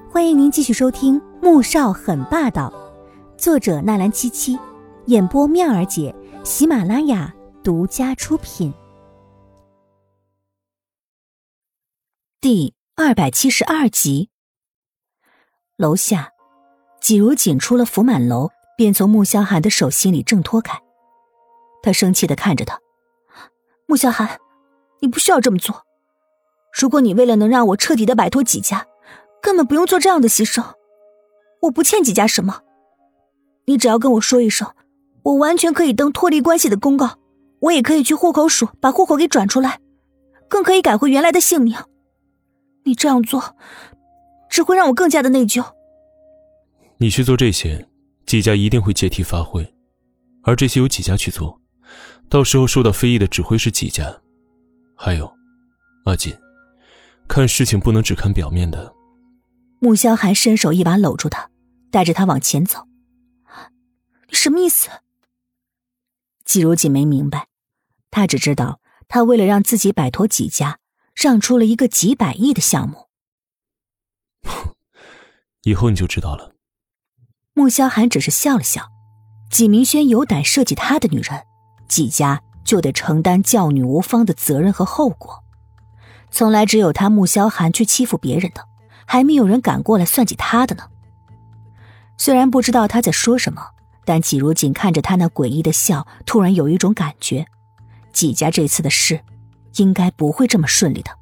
欢迎您继续收听《穆少很霸道》，作者纳兰七七，演播妙儿姐，喜马拉雅独家出品。第272集。楼下，季如锦出了福满楼，便从穆萧寒的手心里挣脱开。他生气地看着他：穆萧寒，你不需要这么做。如果你为了能让我彻底地摆脱季家，根本不用做这样的牺牲。我不欠季家什么，你只要跟我说一声，我完全可以登脱离关系的公告，我也可以去户口署把户口给转出来，更可以改回原来的姓名。你这样做只会让我更加的内疚。 你去做这些，季家一定会借题发挥，而这些由季家去做，到时候受到非议的只会是季家。还有，阿锦，看事情不能只看表面的。 穆萧寒伸手一把搂住他，带着他往前走。你什么意思？季如锦没明白，他只知道他为了让自己摆脱季家，让出了一个几百亿的项目。 以后你就知道了。 穆萧寒只是笑了笑，季明轩有胆设计他的女人，季家就得承担教女无方的责任和后果。从来只有他穆萧寒去欺负别人的，还没有人敢过来算计他的呢。虽然不知道他在说什么，但季如锦看着他那诡异的笑，突然有一种感觉，季家这次的事应该不会这么顺利的。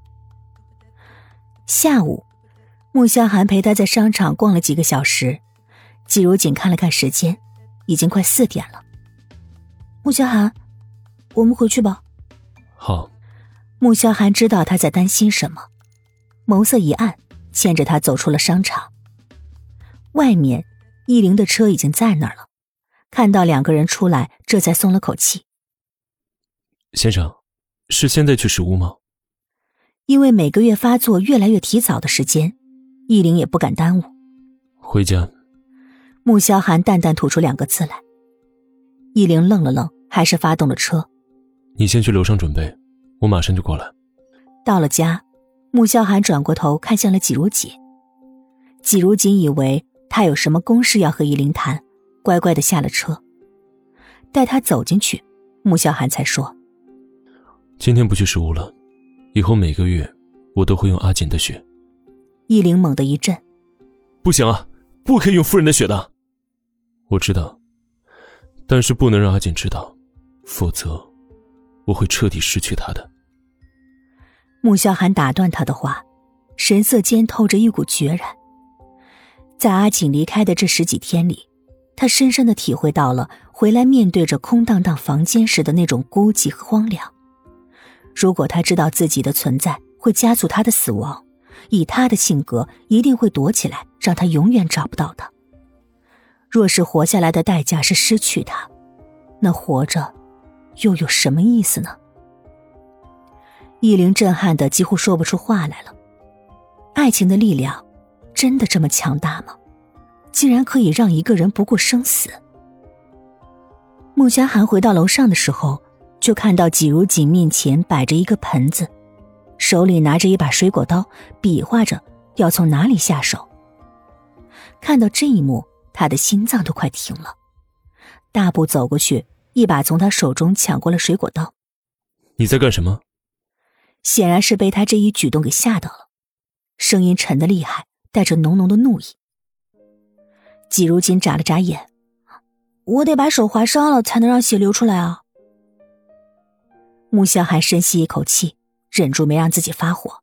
下午，穆萧寒陪他在商场逛了几个小时，季如锦看了看时间，已经快4点了。穆萧寒，我们回去吧。 好。 穆萧寒知道他在担心什么，眸色一暗，牵着他走出了商场。外面依灵的车已经在那儿了，看到2个人出来，这才松了口气。 先生，是现在去石屋吗？ 因为每个月发作越来越提早的时间，依灵也不敢耽误。 回家。 穆萧寒淡淡吐出2个字来。依灵愣了愣，还是发动了车。 你先去楼上准备，我马上就过来。 到了家，穆萧寒转过头看向了季如锦。季如锦以为他有什么公事要和依灵谈，乖乖地下了车。待他走进去，穆萧寒才说： 今天不去石屋了，以后每个月我都会用阿锦的血。 依灵猛地一震： 不行啊，不可以用夫人的血的。我知道，但是不能让阿锦知道，否则我会彻底失去她的。 穆萧寒打断他的话，神色间透着一股决然。在阿锦离开的这10几天里，他深深地体会到了回来面对着空荡荡房间时的那种孤寂和荒凉。如果他知道自己的存在会加速他的死亡，以他的性格一定会躲起来，让他永远找不到他。若是活下来的代价是失去他，那活着又有什么意思呢？依灵震撼得几乎说不出话来了。爱情的力量真的这么强大吗？竟然可以让一个人不顾生死。穆萧寒回到楼上的时候，就看到季如锦面前摆着一个盆子，手里拿着一把水果刀，比划着要从哪里下手。看到这一幕，他的心脏都快停了，大步走过去，一把从他手中抢过了水果刀。 你在干什么？ 显然是被他这一举动给吓到了，声音沉得厉害，带着浓浓的怒意。季如锦眨了眨眼：我得把手划伤了才能让血流出来啊。穆萧寒深吸一口气，忍住没让自己发火。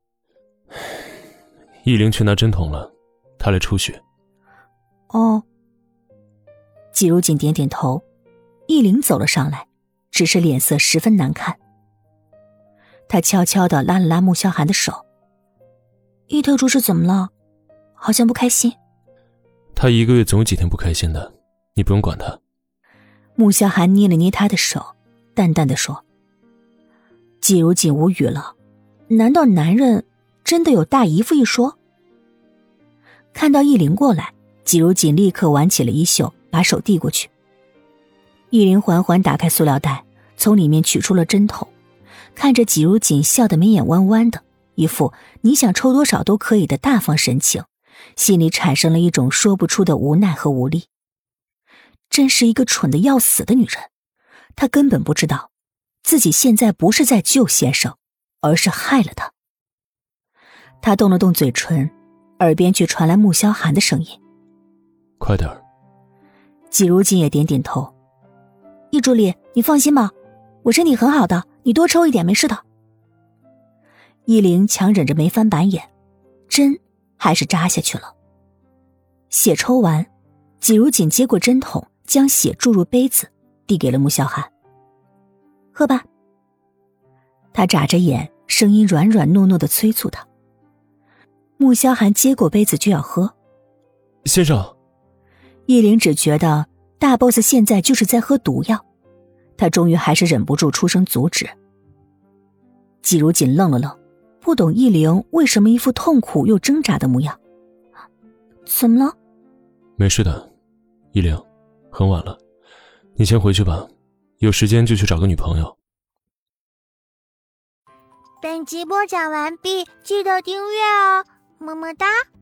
依灵去拿针筒了，她来抽血。 哦。季如锦点点头，依灵走了上来，只是脸色十分难看。他悄悄地拉了拉穆萧寒的手：伊特主是怎么了？好像不开心。 他1个月总有几天不开心的，你不用管他。 穆萧寒捏了捏他的手，淡淡地说。季如锦无语了，难道男人真的有大姨夫一说？看到依灵过来，季如锦立刻挽起了衣袖，把手递过去。依灵缓缓打开塑料袋，从里面取出了针筒，看着季如锦笑得眉眼弯弯的，一副你想抽多少都可以的大方神情， 心里产生了一种说不出的无奈和无力。真是一个蠢得要死的女人，她根本不知道自己现在不是在救先生，而是害了他。她动了动嘴唇，耳边却传来穆萧寒的声音： 快点儿。 季如锦也点点头：易助理，你放心吧，我身体很好的，你多抽一点没事的。易灵强忍着没翻白眼，针还是扎下去了。血抽完，季如锦接过针筒，将血注入杯子，递给了穆萧寒：喝吧。他眨着眼，声音软软糯糯地催促他。穆萧寒接过杯子就要喝。 先生。 易灵只觉得大 boss 现在就是在喝毒药，他终于还是忍不住出声阻止。季如锦愣了愣，不懂易灵为什么一副痛苦又挣扎的模样。怎么了？ 没事的，易灵，很晚了，你先回去吧，有时间就去找个女朋友。 本集播讲完毕，记得订阅哦，么么哒。